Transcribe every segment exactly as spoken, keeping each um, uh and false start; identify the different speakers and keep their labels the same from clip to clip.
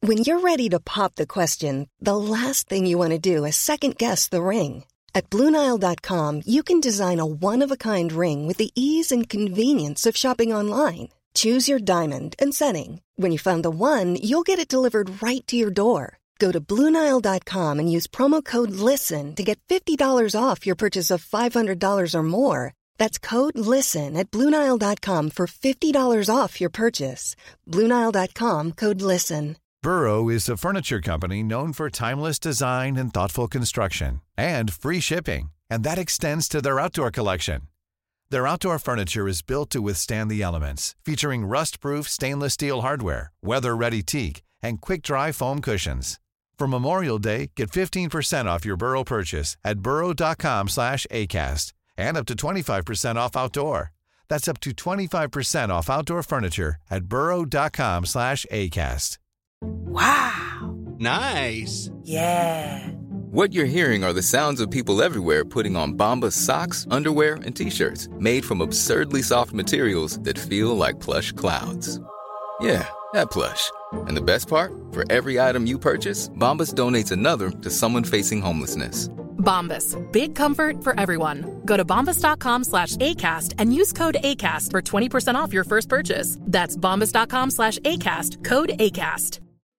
Speaker 1: When you're ready to pop the question, the last thing you want to do is second-guess the ring. At Blue Nile dot com, you can design a one-of-a-kind ring with the ease and convenience of shopping online. Choose your diamond and setting. When you find the one, you'll get it delivered right to your door. Go to Blue Nile dot com and use promo code LISTEN to get fifty dollars off your purchase of five hundred dollars or more. That's code LISTEN at Blue Nile dot com for fifty dollars off your purchase. Blue Nile dot com, code LISTEN.
Speaker 2: Burrow is a furniture company known for timeless design and thoughtful construction, and free shipping, and that extends to their outdoor collection. Their outdoor furniture is built to withstand the elements, featuring rust-proof stainless steel hardware, weather-ready teak, and quick-dry foam cushions. For Memorial Day, get fifteen percent off your Burrow purchase at burrow dot com slash acast, and up to twenty-five percent off outdoor. That's up to twenty-five percent off outdoor furniture at burrow dot com slash acast.
Speaker 3: Wow!
Speaker 4: Nice!
Speaker 3: Yeah!
Speaker 5: What you're hearing are the sounds of people everywhere putting on Bombas socks, underwear, and T-shirts made from absurdly soft materials that feel like plush clouds. Yeah, that plush. And the best part? For every item you purchase, Bombas donates another to someone facing homelessness.
Speaker 6: Bombas. Big comfort for everyone. Go to bombas dot com slash ACAST and use code ACAST for twenty percent off your first purchase. That's bombas dot com slash ACAST. Code ACAST.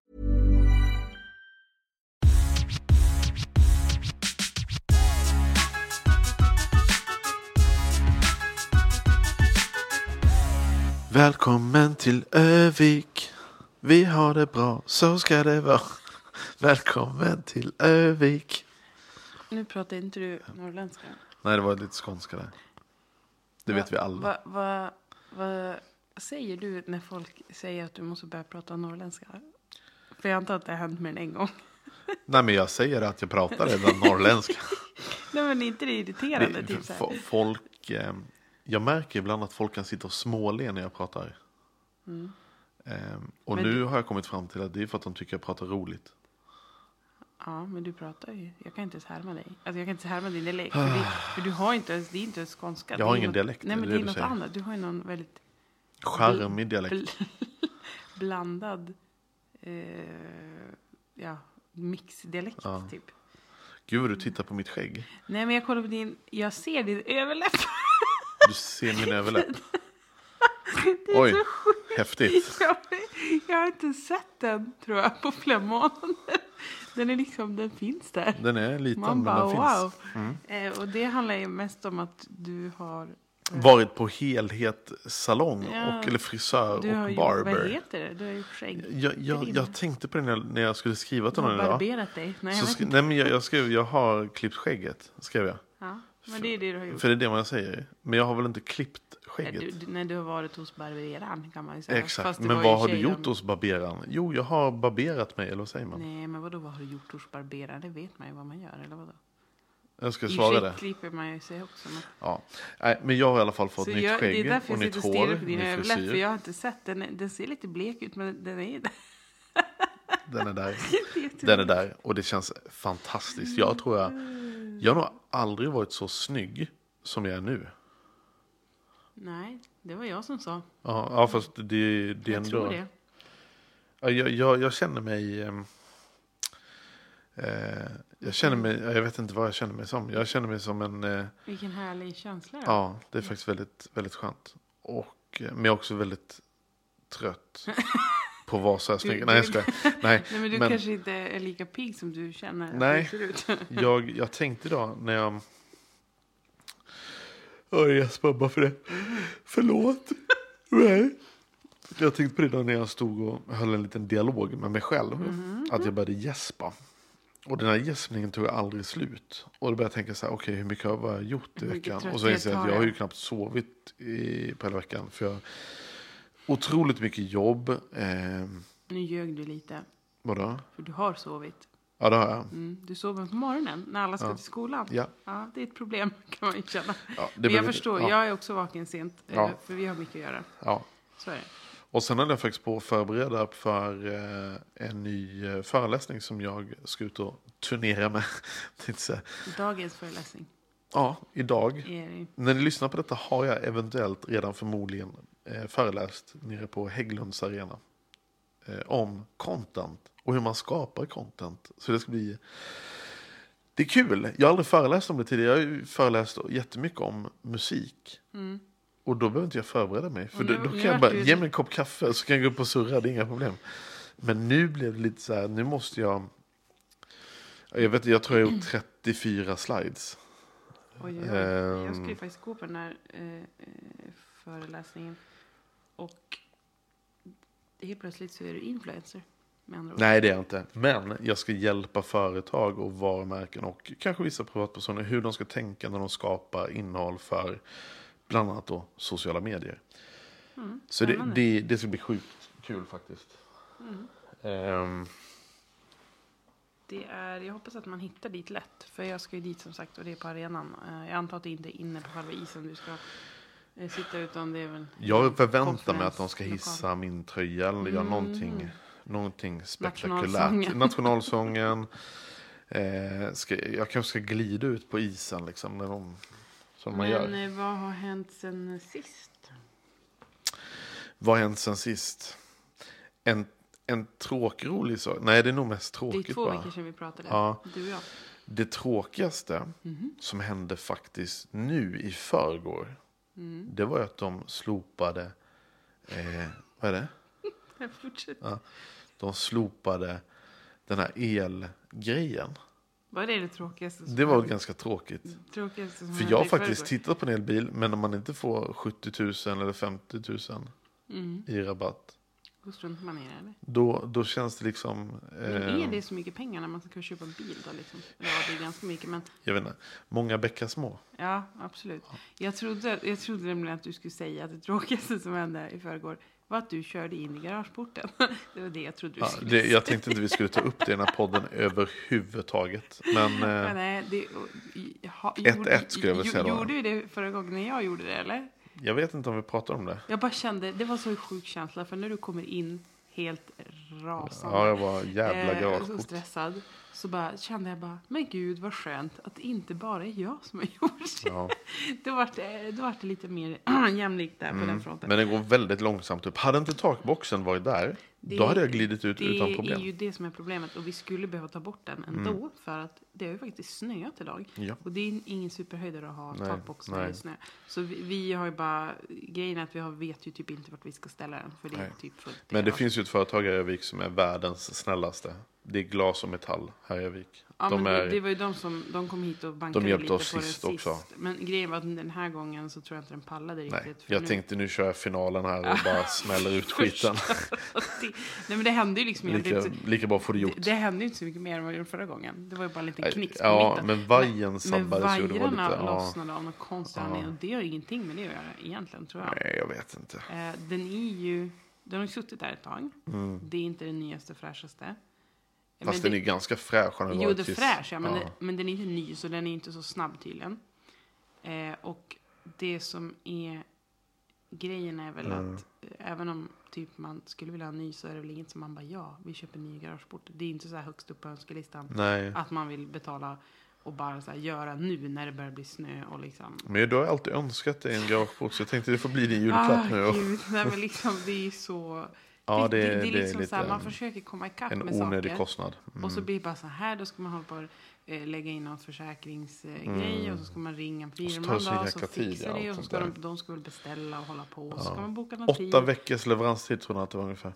Speaker 7: Välkommen till Övik. Vi har det bra, så ska det vara. Välkommen till Övik.
Speaker 8: Nu pratar inte du norrländska.
Speaker 7: Nej, det var lite skånska där. Det
Speaker 8: va,
Speaker 7: vet vi alla.
Speaker 8: Vad va, va, säger du när folk säger att du måste börja prata norrländska? För jag antar att det har hänt mer än en gång.
Speaker 7: Nej, men jag säger att jag pratar redan norrländska.
Speaker 8: Nej, men inte det irriterande.
Speaker 7: Det,
Speaker 8: typ så här.
Speaker 7: Folk... Eh, jag märker ibland att folk kan sitta och småle när jag pratar. Mm. Eh, och men nu du... har jag kommit fram till att det är för att de tycker jag pratar roligt.
Speaker 8: Ja, men du pratar ju. Jag kan inte ens härma dig. Alltså jag kan inte härma din dialekt. För, det, för du har inte ens, det är inte ens skånska.
Speaker 7: Jag har ingen
Speaker 8: något,
Speaker 7: dialekt.
Speaker 8: Nej, men
Speaker 7: det
Speaker 8: det är,
Speaker 7: är
Speaker 8: något
Speaker 7: säger.
Speaker 8: annat. Du har ju någon väldigt...
Speaker 7: charmig dialekt.
Speaker 8: Bl- blandad... Eh, ja, mixdialekt ja. Typ.
Speaker 7: Gud vad du tittar på mitt skägg.
Speaker 8: Nej, men jag kollar på din... Jag ser din överläpp.
Speaker 7: Du ser min överläpp. Oj, häftigt.
Speaker 8: Jag, jag har inte sett den, tror jag, på flera månader. Den är liksom, den finns där.
Speaker 7: Den är liten,
Speaker 8: man
Speaker 7: men
Speaker 8: bara,
Speaker 7: den
Speaker 8: wow.
Speaker 7: finns. Mm.
Speaker 8: Eh, och det handlar ju mest om att du har... Eh,
Speaker 7: varit på helhet salong
Speaker 8: ja,
Speaker 7: och, eller frisör och
Speaker 8: ju,
Speaker 7: barber.
Speaker 8: Vad heter det? Du har ju skägg.
Speaker 7: Jag, jag, jag tänkte på det när, när jag skulle skriva till någon idag.
Speaker 8: Du har barberat dig? Nej, jag,
Speaker 7: sk- nej men jag, jag skrev, jag har klippt skägget, skrev jag.
Speaker 8: Ja, men det är det du har gjort.
Speaker 7: För det är det man säger. Men jag har väl inte klippt skägget.
Speaker 8: Nej, du, när du har varit hos barberaren kan man ju säga.
Speaker 7: Exakt,
Speaker 8: Fast
Speaker 7: men
Speaker 8: vad
Speaker 7: har du
Speaker 8: tjejen...
Speaker 7: gjort hos barberaren? Jo, jag har barberat mig, eller vad säger man?
Speaker 8: Nej, men vadå, vad har du gjort hos barberaren? Det vet man ju vad man gör, eller vadå?
Speaker 7: Jag ska svara det.
Speaker 8: I klipper man ju sig också. Men...
Speaker 7: Ja, nej, men jag har i alla fall fått
Speaker 8: så
Speaker 7: nytt
Speaker 8: jag,
Speaker 7: skägg
Speaker 8: det är därför
Speaker 7: och
Speaker 8: jag
Speaker 7: nytt
Speaker 8: sitter och
Speaker 7: hår,
Speaker 8: stirrar på din
Speaker 7: ny
Speaker 8: överläpp.
Speaker 7: frisyr.
Speaker 8: För jag har inte sett den. Den ser lite blek ut, men den är där.
Speaker 7: Den är där. Den är där. Och det känns fantastiskt. Jag tror jag... Jag har nog aldrig varit så snygg som jag är nu.
Speaker 8: Nej, det var jag som sa.
Speaker 7: Ja, ja fast det, det är
Speaker 8: jag
Speaker 7: ändå...
Speaker 8: tror det.
Speaker 7: Ja, jag, jag, jag känner mig... Eh, jag känner mig... Jag vet inte vad jag känner mig som. Jag känner mig som en... Eh,
Speaker 8: Vilken härlig känsla. Då.
Speaker 7: Ja, det är faktiskt väldigt, väldigt skönt. Och, men jag är också väldigt trött på vad så här snygg. Nej, jag ska. Nej,
Speaker 8: nej, men du
Speaker 7: men,
Speaker 8: kanske inte är lika pigg som du känner
Speaker 7: nej,
Speaker 8: att du ser ut.
Speaker 7: jag, jag tänkte idag när jag... Oj, jag spär bara för det. Mm. Förlåt. Nej. Jag tänkte på det då när jag stod och höll en liten dialog med mig själv. Mm. Att jag började gäspa. Och den här gäspningen tog jag aldrig slut. Och då började jag tänka så här, okej, okay, hur mycket har jag gjort i veckan? Och så inser jag att jag har ju knappt sovit i, på hela veckan. För jag har otroligt mycket jobb. Eh,
Speaker 8: nu ljög du lite.
Speaker 7: Vadå?
Speaker 8: För du har sovit.
Speaker 7: Ja, det har jag.
Speaker 8: Mm, du sover på morgonen när alla ska ja. till skolan.
Speaker 7: Ja.
Speaker 8: Ja, det är ett problem kan man ju känna.
Speaker 7: Ja,
Speaker 8: Men jag förstår,
Speaker 7: ja.
Speaker 8: jag är också vaken sent.
Speaker 7: Ja.
Speaker 8: För vi har mycket att göra.
Speaker 7: Ja.
Speaker 8: Så är det.
Speaker 7: Och sen hade jag faktiskt på att förbereda för eh, en ny eh, föreläsning som jag ska ut och turnera med.
Speaker 8: Dagens föreläsning.
Speaker 7: Ja, idag. När ni lyssnar på detta har jag eventuellt redan förmodligen eh, föreläst nere på Hägglunds arena. Eh, om content Och hur man skapar content. Så det ska bli... Det är kul. Jag har aldrig föreläst om det tidigare. Jag har ju föreläst jättemycket om musik.
Speaker 8: Mm.
Speaker 7: Och då behöver inte jag förbereda mig. För
Speaker 8: nu,
Speaker 7: då, då kan
Speaker 8: nu
Speaker 7: jag bara
Speaker 8: du...
Speaker 7: ge mig en kopp kaffe. Så kan jag gå upp och surra. Det är inga problem. Men nu blev det lite så här. Nu måste jag... Jag vet jag tror jag har gjort trettiofyra slides.
Speaker 8: Oj, oj, oj. Jag skulle ju faktiskt gå på den här eh, föreläsningen. Och helt plötsligt så är du influencer. Med andra ord.
Speaker 7: Nej, det är jag inte. Men jag ska hjälpa företag och varumärken och kanske vissa privatpersoner hur de ska tänka när de skapar innehåll för bland annat då sociala medier.
Speaker 8: Mm,
Speaker 7: så det, det, det ska bli sjukt kul faktiskt.
Speaker 8: Mm.
Speaker 7: Um,
Speaker 8: det är, jag hoppas att man hittar dit lätt. För jag ska ju dit som sagt och det är på arenan. Jag antar att det inte är inne på själva isen du ska sitta utan det är väl...
Speaker 7: Jag förväntar mig att de ska hissa lokal. Min tröja eller göra mm. någonting... Någonting spektakulärt.
Speaker 8: Nationalsången.
Speaker 7: Nationalsången. eh, ska, jag kanske ska glida ut på isen liksom. När de, som man gör.
Speaker 8: Men vad har hänt sen sist?
Speaker 7: Vad har hänt sen sist? En, en tråkrolig sak. Nej, det är nog mest tråkigt.
Speaker 8: Det är två
Speaker 7: bara.
Speaker 8: veckor sedan vi pratade.
Speaker 7: Ja.
Speaker 8: Du och jag.
Speaker 7: Det tråkigaste mm-hmm. som hände faktiskt nu i förrgår. Mm. Det var ju att de slopade. Eh, vad är det? Ja, de slopade den här elgrejen.
Speaker 8: Vad är det tråkigaste?
Speaker 7: Det var ganska tråkigt.
Speaker 8: Tråkigaste som
Speaker 7: För jag har faktiskt tittat på en elbil. Men om man inte får sjuttio tusen eller femtio tusen mm. i rabatt.
Speaker 8: Då struntar man i det, eller?
Speaker 7: Då, då känns det liksom...
Speaker 8: Men är det så mycket pengar när man ska köpa en bil då? Liksom? Ja, det är ganska mycket, men...
Speaker 7: Jag vet inte. Många bäckar små.
Speaker 8: Ja, absolut. Ja. Jag trodde, jag trodde nämligen att du skulle säga att det tråkigaste som hände i förrgår var att du körde in i garageporten. Det var det jag trodde du
Speaker 7: ja,
Speaker 8: skulle
Speaker 7: det,
Speaker 8: säga.
Speaker 7: Jag tänkte inte vi skulle ta upp det i den här podden överhuvudtaget. Men...
Speaker 8: Ja, nej, det...
Speaker 7: ett ett skulle jag väl säga.
Speaker 8: Gjorde vi det förra gången när jag gjorde det, eller?
Speaker 7: Jag vet inte om vi pratar om det.
Speaker 8: Jag bara kände, det var så en sjuk känsla. För när du kommer in helt rasande.
Speaker 7: Ja, jag var jävla gravt.
Speaker 8: Eh, så stressad. Så bara, kände jag bara, men gud vad skönt att det inte bara är jag som har gjort det. Ja. Då var det, då var det lite mer jämlikt där på mm. den fronten.
Speaker 7: Men det går väldigt långsamt upp. Hade inte takboxen varit där,
Speaker 8: det,
Speaker 7: då hade jag glidit ut
Speaker 8: det
Speaker 7: utan problem.
Speaker 8: Det är ju det som är problemet. Och vi skulle behöva ta bort den ändå. Mm. För att det har ju faktiskt snöat idag. Ja. Och det är ingen superhöjdare att ha takbox när det är snö. Så vi, vi har ju bara, grejen är att vi har, vet ju typ inte vart vi ska ställa den. För det är typ fullt.
Speaker 7: Men det finns ju ett företag i Övik som är världens snällaste. Det är glas och metall här i Övik.
Speaker 8: Ja,
Speaker 7: de
Speaker 8: men
Speaker 7: är,
Speaker 8: det, det var ju de som de kom hit och bankade
Speaker 7: de hjälpte
Speaker 8: lite
Speaker 7: oss
Speaker 8: på
Speaker 7: sist
Speaker 8: den
Speaker 7: också.
Speaker 8: sist. Men grejen var att den här gången så tror jag inte den pallade riktigt.
Speaker 7: Nej,
Speaker 8: för
Speaker 7: jag
Speaker 8: nu...
Speaker 7: tänkte nu kör jag finalen här och bara smäller ut skiten.
Speaker 8: Nej, men det hände ju liksom
Speaker 7: lika,
Speaker 8: inte,
Speaker 7: lika bra får det gjort.
Speaker 8: Det, det hände ju inte så mycket mer än vad det gjorde förra gången. Det var ju bara en liten knix på
Speaker 7: ja,
Speaker 8: mitten.
Speaker 7: men vajern sabbades.
Speaker 8: Men
Speaker 7: ju.
Speaker 8: vajrarna
Speaker 7: lite,
Speaker 8: lossnade ja. av någon konstig
Speaker 7: ja.
Speaker 8: anledning. Och det har ingenting med det att göra egentligen, tror jag.
Speaker 7: Nej, jag vet inte.
Speaker 8: Eh, den är ju, den har ju suttit där ett tag. Mm. Det är inte den nyaste, fräschaste.
Speaker 7: Fast
Speaker 8: men
Speaker 7: den är
Speaker 8: det,
Speaker 7: ganska fräsch.
Speaker 8: Jo, det är fräsch, ja, men,
Speaker 7: ja.
Speaker 8: Det, men den är inte ny, så den är inte så snabb tydligen. Eh, och det som är grejen är väl mm. att eh, även om typ man skulle vilja ha en ny så är det väl inget som man bara, ja, vi köper en ny garageport. Det är inte så här högst upp på önskelistan.
Speaker 7: Nej.
Speaker 8: Att man vill betala och bara så här göra nu när det börjar bli snö och liksom.
Speaker 7: Men du har alltid önskat dig en garageport, så jag tänkte det får bli din julklapp
Speaker 8: ah,
Speaker 7: nu.
Speaker 8: Gud, nej, men liksom det är så...
Speaker 7: Ja, det,
Speaker 8: det, det, det är
Speaker 7: det
Speaker 8: liksom
Speaker 7: är lite
Speaker 8: så här, man försöker komma ikapp
Speaker 7: en
Speaker 8: med
Speaker 7: onödig
Speaker 8: saker.
Speaker 7: Kostnad. Mm.
Speaker 8: Och så blir det bara så här, då ska man hålla på att eh, lägga in något försäkringsgrej mm. och så ska man ringa en firma och så, och så fixar det och så ska de, de ska väl beställa och hålla på och ja. så ska man boka någon
Speaker 7: Åtta
Speaker 8: tid.
Speaker 7: Åtta veckors leveranstid tror jag att det var ungefär.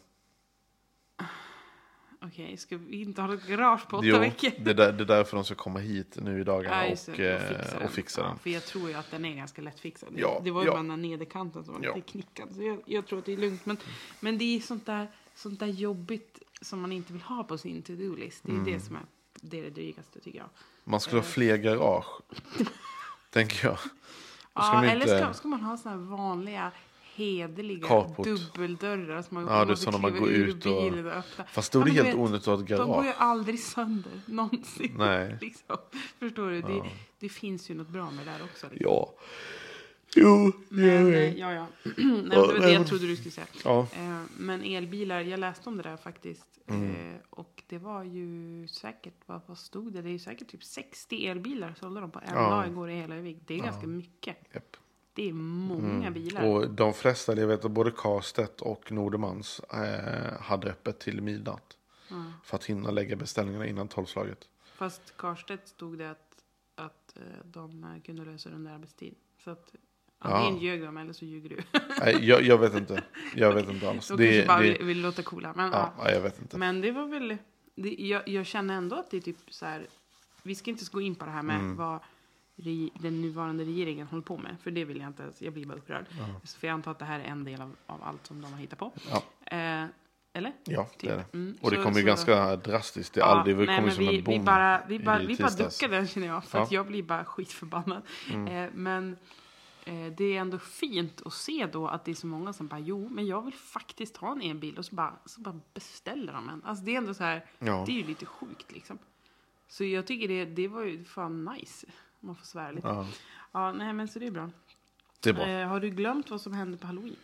Speaker 8: Okej, okay, ska vi inte ha ett garage på åtta
Speaker 7: jo,
Speaker 8: veckor?
Speaker 7: det, där, det är därför de ska komma hit nu i dagarna
Speaker 8: ja,
Speaker 7: och, och fixa den. Och fixa den.
Speaker 8: Ja, för jag tror ju att den är ganska lättfixad.
Speaker 7: Ja,
Speaker 8: det var ju
Speaker 7: ja.
Speaker 8: bara den här nederkanten som var
Speaker 7: ja.
Speaker 8: lite knickad. Så jag, jag tror att det är lugnt. Men, men det är sånt där, sånt där jobbigt som man inte vill ha på sin to-do-list. Det är mm. det som är det, är det drygaste, tycker jag.
Speaker 7: Man skulle uh. ha fler garage, tänker jag.
Speaker 8: Ja, eller inte... ska, ska man ha såna här vanliga... hederliga Carport. Dubbeldörrar som man
Speaker 7: ja, det är sådana man går ut och, och öppna. Fast då är det helt onödigt att ha ett garage.
Speaker 8: De går ju aldrig sönder någonsin.
Speaker 7: Nej.
Speaker 8: liksom. Förstår du?
Speaker 7: Ja.
Speaker 8: Det, det finns ju något bra med det där också. Liksom.
Speaker 7: Ja. Jo.
Speaker 8: Men, ja, ja. ja. Nej, det var det jag trodde du skulle säga.
Speaker 7: Ja.
Speaker 8: Eh, men elbilar, jag läste om det där faktiskt.
Speaker 7: Mm.
Speaker 8: Eh, och det var ju säkert, vad, vad stod det? Det är ju säkert typ sextio elbilar sålde de på en
Speaker 7: ja.
Speaker 8: dag igår i hela Övik. Det är ja. ganska mycket.
Speaker 7: Yep.
Speaker 8: Det är många mm. bilar.
Speaker 7: Och de flesta, jag vet att både Karstedt och Nordemans eh, hade öppet till midnatt.
Speaker 8: Mm.
Speaker 7: För att hinna lägga beställningarna innan tolvslaget.
Speaker 8: Fast Karstedt stod det att, att de kunde lösa under arbetstid. Så att antingen
Speaker 7: Ja.
Speaker 8: ljög de eller så ljuger du.
Speaker 7: Nej, jag, jag vet inte. Jag vet inte alls.
Speaker 8: De
Speaker 7: Det,
Speaker 8: kanske bara
Speaker 7: det,
Speaker 8: vill, vill låta coola. Men,
Speaker 7: ja,
Speaker 8: ja.
Speaker 7: jag vet inte.
Speaker 8: Men det var väl... Det, jag, jag känner ändå att det är typ så här... Vi ska inte gå in på det här med
Speaker 7: Mm.
Speaker 8: vad re, den nuvarande regeringen håller på med. För det vill jag inte. Jag blir bara upprörd.
Speaker 7: Ja.
Speaker 8: För jag antar att det här är en del av, av allt som de har hittat på.
Speaker 7: Ja.
Speaker 8: Eh, eller?
Speaker 7: Ja,
Speaker 8: Typ.
Speaker 7: det är det.
Speaker 8: Mm.
Speaker 7: Och det
Speaker 8: Så-
Speaker 7: kommer ju
Speaker 8: så-
Speaker 7: ganska drastiskt. Det är
Speaker 8: Ja,
Speaker 7: aldrig, det
Speaker 8: nej,
Speaker 7: kommer
Speaker 8: men
Speaker 7: som
Speaker 8: vi,
Speaker 7: en bom.
Speaker 8: vi bara, vi bara,
Speaker 7: i
Speaker 8: vi bara
Speaker 7: tisdags.
Speaker 8: duckar den, känner jag. För
Speaker 7: Ja.
Speaker 8: att jag blir bara skitförbannad.
Speaker 7: Mm.
Speaker 8: Eh, men eh, det är ändå fint att se då att det är så många som bara, jo, men jag vill faktiskt ha en elbil. Och så bara, så bara beställer de en. Alltså det är ändå så här,
Speaker 7: Ja.
Speaker 8: det är ju lite sjukt liksom. Så jag tycker det, det var ju fan nice. Om man får svära lite. Ja.
Speaker 7: Ja,
Speaker 8: nej men så det är bra.
Speaker 7: det är bra.
Speaker 8: Eh, har du glömt vad som hände på Halloween?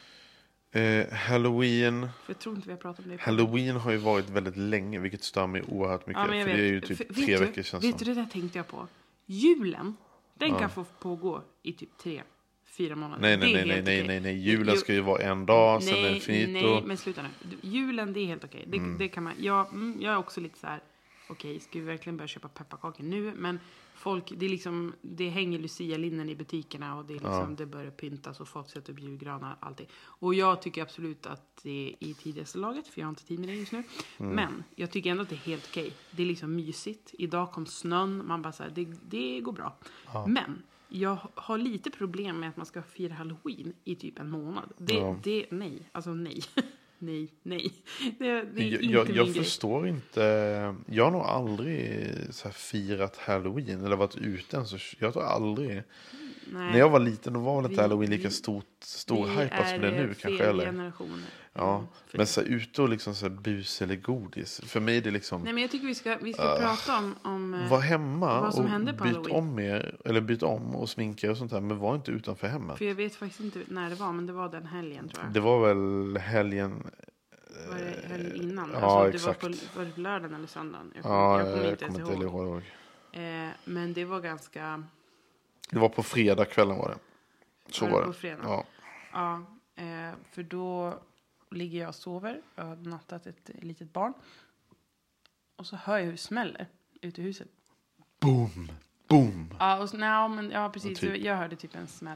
Speaker 7: Eh, Halloween.
Speaker 8: För jag tror inte vi har pratat om det.
Speaker 7: Halloween har ju varit väldigt länge, vilket stör mig oerhört mycket.
Speaker 8: Ja, men jag
Speaker 7: för
Speaker 8: vet.
Speaker 7: det är ju typ
Speaker 8: För-
Speaker 7: tre
Speaker 8: vet du-
Speaker 7: veckor sedan.
Speaker 8: Vet du, det där tänkte jag på. Julen, den
Speaker 7: Ja.
Speaker 8: kan få pågå i typ tre, fyra månader.
Speaker 7: Nej,
Speaker 8: Det
Speaker 7: nej,
Speaker 8: är
Speaker 7: nej, nej,
Speaker 8: helt
Speaker 7: nej,
Speaker 8: okej.
Speaker 7: nej, nej. Julen
Speaker 8: Jo-
Speaker 7: ska ju vara en dag, sen är det
Speaker 8: Nej,
Speaker 7: finito.
Speaker 8: nej, men sluta nu. Du, Julen, det är helt okej. Det, det kan man. Jag, mm, jag är också lite så här, okej, ska vi verkligen börja köpa pepparkakor nu? Men folk, det är liksom, det hänger Lucia-linnen i butikerna och det är liksom,
Speaker 7: Ja.
Speaker 8: det börjar pyntas och folk sätter upp julgranar, allting. Och jag tycker absolut att det är i tidigaste laget, för jag har inte tid med det just nu.
Speaker 7: Mm.
Speaker 8: Men jag tycker ändå att det är helt okej. Det är liksom mysigt. Idag kom snön, man bara så här, det, det går bra.
Speaker 7: Ja.
Speaker 8: Men jag har lite problem med att man ska fira Halloween i typ en månad. Det,
Speaker 7: Ja.
Speaker 8: det nej. Alltså nej. nej, nej. Det, det är
Speaker 7: Jag,
Speaker 8: inte
Speaker 7: jag,
Speaker 8: min
Speaker 7: jag
Speaker 8: grej.
Speaker 7: förstår inte. Jag har nog aldrig så här firat Halloween eller varit ute än. Så jag tror aldrig.
Speaker 8: Nej.
Speaker 7: När jag var liten då var väl inte
Speaker 8: Vi-
Speaker 7: Halloween lika
Speaker 8: vi-
Speaker 7: stort, stor
Speaker 8: Vi
Speaker 7: hype som det är nu
Speaker 8: eh,
Speaker 7: kanske.
Speaker 8: fel
Speaker 7: Eller?
Speaker 8: generationer.
Speaker 7: Ja,
Speaker 8: Mm, för
Speaker 7: men
Speaker 8: det.
Speaker 7: så här, ute och liksom så här, bus eller godis. För mig är det liksom.
Speaker 8: Nej, men jag tycker vi ska, vi ska
Speaker 7: Uh,
Speaker 8: prata om... om eh,
Speaker 7: Var hemma
Speaker 8: vad som
Speaker 7: och
Speaker 8: hände på
Speaker 7: byt
Speaker 8: Halloween.
Speaker 7: om er. Eller byt om och sminka och sånt där. Men var inte utanför hemmet.
Speaker 8: För jag vet faktiskt inte när det var, men det var den helgen tror jag.
Speaker 7: Det var väl helgen.
Speaker 8: Var det helgen innan?
Speaker 7: Ja,
Speaker 8: alltså,
Speaker 7: exakt.
Speaker 8: Det var på, var det på lördagen eller söndagen? Jag kommer,
Speaker 7: Ja,
Speaker 8: jag kommer
Speaker 7: jag
Speaker 8: inte
Speaker 7: kommer
Speaker 8: ens
Speaker 7: inte
Speaker 8: ihåg.
Speaker 7: ihåg.
Speaker 8: Eh, men det var ganska...
Speaker 7: Det var på fredag kvällen var det. Så
Speaker 8: Var
Speaker 7: var
Speaker 8: det
Speaker 7: det.
Speaker 8: på fredag?
Speaker 7: Ja.
Speaker 8: Ja, eh, för då ligger jag och sover. Jag har nattat ett litet barn. Och så hör jag hur det smäller ute i huset.
Speaker 7: Boom, boom.
Speaker 8: Ja, och så, nej, men, ja precis.
Speaker 7: Ja, typ.
Speaker 8: Jag hörde typ en smäll.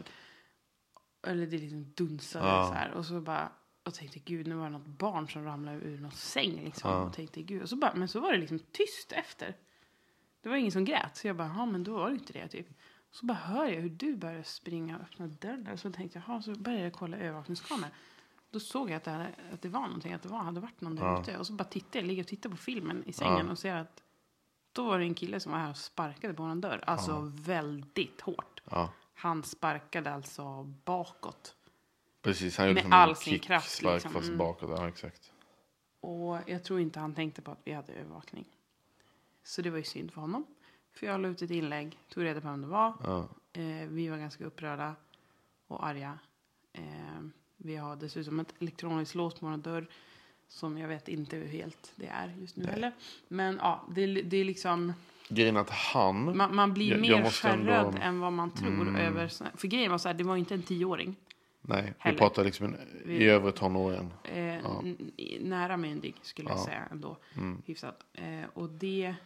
Speaker 8: Eller det liksom dunsade
Speaker 7: Ja.
Speaker 8: så här. Och så bara... Och tänkte, gud, nu var det något barn som ramlade ur någon säng liksom.
Speaker 7: Ja.
Speaker 8: Och tänkte, gud. Och så bara, men så var det liksom tyst efter. Det var ingen som grät. Så jag bara, ja men då var det inte det typ. Så bara hör jag hur du börjar springa och öppna dörren. Och så tänkte jag, ja, så började jag kolla övervakningskameran. Då såg jag att det, hade, att det var någonting. Att det var, hade varit någon där
Speaker 7: Ja.
Speaker 8: ute. Och så bara tittade jag, ligger och tittar på filmen i sängen.
Speaker 7: Ja.
Speaker 8: Och ser att då var det en kille som var här och sparkade på vår dörr. Alltså
Speaker 7: Ja.
Speaker 8: väldigt hårt.
Speaker 7: Ja,
Speaker 8: Han sparkade alltså bakåt.
Speaker 7: precis. Han gjorde
Speaker 8: Med
Speaker 7: som
Speaker 8: all
Speaker 7: en
Speaker 8: sin
Speaker 7: kick,
Speaker 8: kraft,
Speaker 7: spark
Speaker 8: liksom.
Speaker 7: fast
Speaker 8: Mm.
Speaker 7: bakåt. Ja, exakt.
Speaker 8: Och jag tror inte han tänkte på att vi hade övervakning. Så det var ju synd för honom. För jag la ut ett inlägg, tog reda på vem det var.
Speaker 7: Ja.
Speaker 8: Eh, vi var ganska upprörda och arga. Eh, vi har dessutom ett elektroniskt lås på vår dörr. Som jag vet inte hur helt det är just nu
Speaker 7: Nej.
Speaker 8: heller. Men ja, det, det är liksom...
Speaker 7: Grejen att han...
Speaker 8: Man, man blir
Speaker 7: Jag-
Speaker 8: mer
Speaker 7: jag måste ändå-
Speaker 8: skärrad än vad man tror.
Speaker 7: Mm.
Speaker 8: Över, för grejen var så här, det var inte en tioåring.
Speaker 7: Nej, vi
Speaker 8: heller.
Speaker 7: pratar liksom en,
Speaker 8: Vi-
Speaker 7: i övre tonåren.
Speaker 8: Eh,
Speaker 7: Ja.
Speaker 8: n- i- nära myndig skulle jag
Speaker 7: Ja.
Speaker 8: säga ändå.
Speaker 7: Mm.
Speaker 8: Hyfsat. Eh, och det,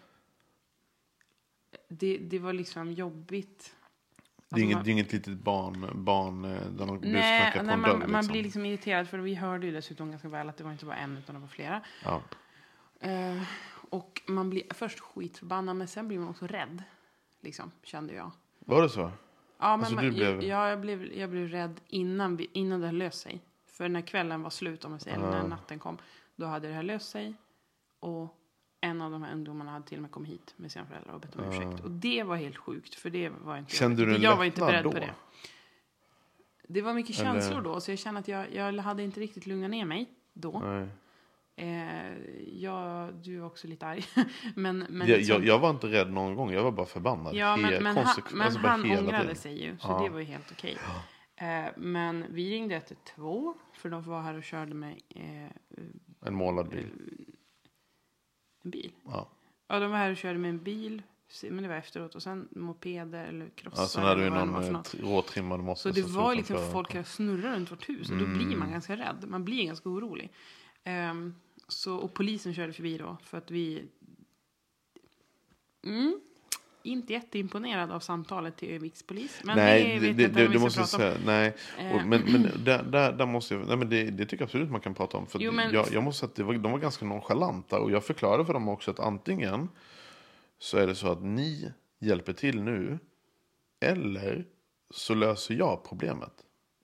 Speaker 8: det... Det var liksom jobbigt.
Speaker 7: Det är, inget,
Speaker 8: man-
Speaker 7: det är inget litet barn, barn eh, där de blir
Speaker 8: Nej,
Speaker 7: knackade på
Speaker 8: nej
Speaker 7: en
Speaker 8: man,
Speaker 7: dörr.
Speaker 8: man
Speaker 7: Liksom.
Speaker 8: blir liksom irriterad. För vi hörde ju dessutom ganska väl att det var inte bara en utan det var flera.
Speaker 7: Ja.
Speaker 8: Eh, och man blir först skitförbannad men sen blir man också rädd. Liksom, kände jag.
Speaker 7: Var det så?
Speaker 8: Ja, men
Speaker 7: Alltså,
Speaker 8: man,
Speaker 7: du blev-
Speaker 8: ja, jag, blev, jag blev rädd innan, vi, innan det hade löst sig. För när kvällen var slut, om jag säger,
Speaker 7: Ja.
Speaker 8: när natten kom, då hade det här löst sig. Och en av de här ungdomarna hade till och med kommit hit med sina föräldrar och bett om
Speaker 7: Ja.
Speaker 8: ursäkt. Och det var helt sjukt, för det var inte
Speaker 7: Kände
Speaker 8: jag.
Speaker 7: du en
Speaker 8: jag var inte
Speaker 7: lättnad
Speaker 8: beredd
Speaker 7: då?
Speaker 8: på det. Det var mycket
Speaker 7: Eller-
Speaker 8: känslor då, så jag kände att jag, jag hade inte riktigt lugnat ner mig då.
Speaker 7: Nej.
Speaker 8: Eh, jag, du var också lite arg. men, men
Speaker 7: jag,
Speaker 8: liksom-
Speaker 7: jag, jag var inte rädd någon gång, jag var bara förbannad.
Speaker 8: Ja, men,
Speaker 7: Helt
Speaker 8: men, han,
Speaker 7: konsekvent,
Speaker 8: men
Speaker 7: alltså bara
Speaker 8: han
Speaker 7: hela
Speaker 8: ångrade
Speaker 7: tiden.
Speaker 8: sig ju, så
Speaker 7: Ja.
Speaker 8: det var ju helt okej. Eh, men vi ringde ett ett två, för de var här och körde med eh,
Speaker 7: En målad bil.
Speaker 8: en bil.
Speaker 7: Ja.
Speaker 8: Ja, de var här och körde med en bil, se- men det var efteråt. Och sen mopeder eller krossar.
Speaker 7: Ja, sen hade vi
Speaker 8: eller vad det
Speaker 7: någon
Speaker 8: var för
Speaker 7: eh,
Speaker 8: något.
Speaker 7: t- råtrimmad moppe.
Speaker 8: Så det
Speaker 7: som
Speaker 8: var
Speaker 7: stod
Speaker 8: liksom
Speaker 7: utanför.
Speaker 8: folk här snurrar runt vårt hus. Och då
Speaker 7: Mm.
Speaker 8: blir man ganska rädd. Man blir ganska orolig. Ehm, så, och polisen körde förbi då. För att vi... Mm, inte jätteimponerad av samtalet till Öviks polis. Men
Speaker 7: nej,
Speaker 8: det,
Speaker 7: det,
Speaker 8: vet
Speaker 7: det,
Speaker 8: inte
Speaker 7: det,
Speaker 8: om
Speaker 7: det
Speaker 8: vi
Speaker 7: måste
Speaker 8: ska
Speaker 7: jag
Speaker 8: prata
Speaker 7: säga. Nej, och,
Speaker 8: Eh.
Speaker 7: men, men där, där, där måste jag... Nej, men det, det tycker jag absolut man kan prata om. För
Speaker 8: Jo, men-
Speaker 7: jag, jag måste säga att det var, de var ganska nonchalanta. Och jag förklarade för dem också att antingen så är det så att ni hjälper till nu. Eller så löser jag problemet.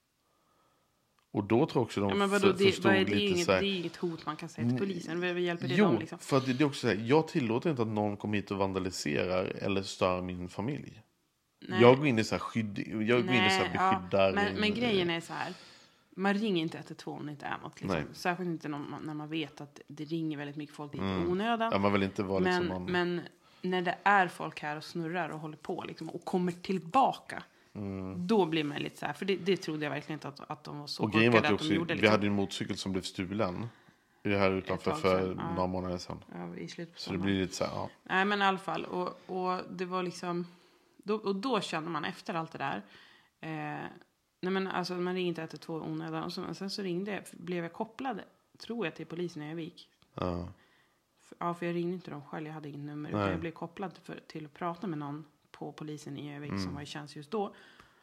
Speaker 7: Och då tror jag också de
Speaker 8: Ja, men vadå,
Speaker 7: för,
Speaker 8: det,
Speaker 7: förstod
Speaker 8: vad är det,
Speaker 7: lite
Speaker 8: inget,
Speaker 7: så här,
Speaker 8: det är inget hot man kan säga till polisen. Vi hjälper det
Speaker 7: jo,
Speaker 8: dem liksom.
Speaker 7: för att det, det är också så här, jag tillåter inte att någon kommer hit och vandaliserar eller stör min familj.
Speaker 8: Nej.
Speaker 7: Jag går in i så här skydd, jag går in i så här
Speaker 8: ja,
Speaker 7: beskyddar.
Speaker 8: men, men grejen är så här. Man ringer inte ett ett två om det inte är något. Liksom.
Speaker 7: Nej.
Speaker 8: Särskilt inte när man, när man vet att det ringer väldigt mycket folk dit i onödan.
Speaker 7: Ja, man vill inte vara liksom
Speaker 8: Men,
Speaker 7: någon...
Speaker 8: men när det är folk här och snurrar och håller på liksom, och kommer tillbaka.
Speaker 7: Mm.
Speaker 8: Då blir man lite så här. För det, det trodde jag verkligen inte att, att de var så
Speaker 7: Och grejen var
Speaker 8: korkade
Speaker 7: att
Speaker 8: att
Speaker 7: vi,
Speaker 8: de
Speaker 7: också,
Speaker 8: gjorde.
Speaker 7: vi
Speaker 8: Liksom.
Speaker 7: hade en motorcykel som blev stulen. I det här utanför
Speaker 8: tag
Speaker 7: för
Speaker 8: sedan, ja.
Speaker 7: några månader sedan.
Speaker 8: Ja, i slutet på
Speaker 7: Så det
Speaker 8: sommaren.
Speaker 7: blir lite så här, ja.
Speaker 8: Nej, men i alla fall. Och, och det var liksom... Då, och då kände man efter allt det där. Eh, nej, men alltså man ringde inte ett ett två onödan. Och så, sen så ringde jag, blev jag kopplad, tror jag, till polisen i Övik.
Speaker 7: Ja.
Speaker 8: För, ja, för jag ringde inte dem själv, jag hade ingen nummer. Utan jag blev kopplad för, till att prata med någon på polisen i Övik som var i tjänst just då.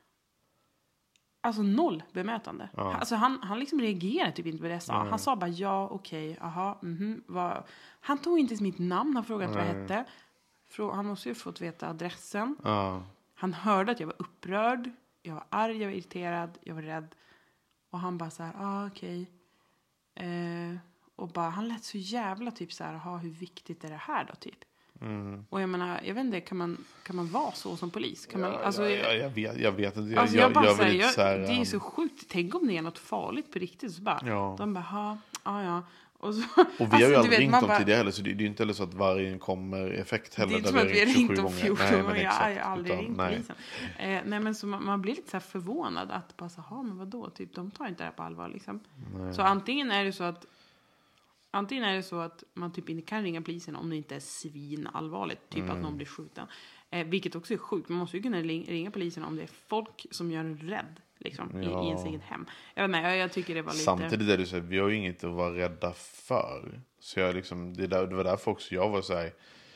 Speaker 8: Alltså noll bemötande.
Speaker 7: Ja.
Speaker 8: Alltså han, han liksom reagerade typ inte på det jag sa. Han sa bara ja, okej, aha, mhm. Vad... Han tog inte ens mitt namn, han frågade inte vad jag hette. Frå... Han måste ju fått veta adressen.
Speaker 7: Ja.
Speaker 8: Han hörde att jag var upprörd. Jag var arg, jag var irriterad, jag var rädd. Och han bara så här, ah, okej. Eh, och bara, han lät så jävla typ så här, aha, hur viktigt är det här då typ?
Speaker 7: Mm.
Speaker 8: Och jag menar, jag vet inte, kan man, kan man vara så som polis? Kan man,
Speaker 7: Ja,
Speaker 8: alltså,
Speaker 7: ja, ja, jag vet, jag vet inte. Jag,
Speaker 8: Alltså jag,
Speaker 7: jag,
Speaker 8: bara
Speaker 7: jag
Speaker 8: säger,
Speaker 7: vill inte
Speaker 8: jag,
Speaker 7: så här,
Speaker 8: det är
Speaker 7: um,
Speaker 8: så sjukt. Tänk om det är något farligt på riktigt. Så bara,
Speaker 7: Ja.
Speaker 8: de bara, ha, ja, ja. Och, så,
Speaker 7: Och vi har ju
Speaker 8: alltså,
Speaker 7: aldrig
Speaker 8: vet,
Speaker 7: ringt
Speaker 8: man
Speaker 7: dem
Speaker 8: bara-
Speaker 7: tidigare heller. Så det, det är ju inte heller så att vargen kommer effekt
Speaker 8: Det är
Speaker 7: heller.
Speaker 8: inte
Speaker 7: där
Speaker 8: som att vi har ringt
Speaker 7: tjugosju
Speaker 8: om
Speaker 7: gånger.
Speaker 8: fjorton
Speaker 7: Nej,
Speaker 8: gånger.
Speaker 7: men
Speaker 8: Jag har
Speaker 7: exakt,
Speaker 8: aldrig
Speaker 7: utan-
Speaker 8: ringt
Speaker 7: nej.
Speaker 8: polisen. Eh, nej, men så man, man blir lite så här förvånad. Att bara så här, men vadå? Typ, de tar inte det här på allvar. Liksom. Så antingen är det så att Antingen är det så att man typ inte kan ringa polisen om det inte är svinallvarligt. Typ
Speaker 7: Mm.
Speaker 8: att någon blir skjuten. Eh, vilket också är sjukt. Man måste ju kunna ring, ringa polisen om det är folk som gör en rädd. Liksom, i,
Speaker 7: Ja.
Speaker 8: i ens eget hem. Jag vet inte, jag, jag tycker det var lite...
Speaker 7: Samtidigt är det så här, vi har ju inget att vara rädda för. Så jag liksom, det, där, det var därför också jag var så här...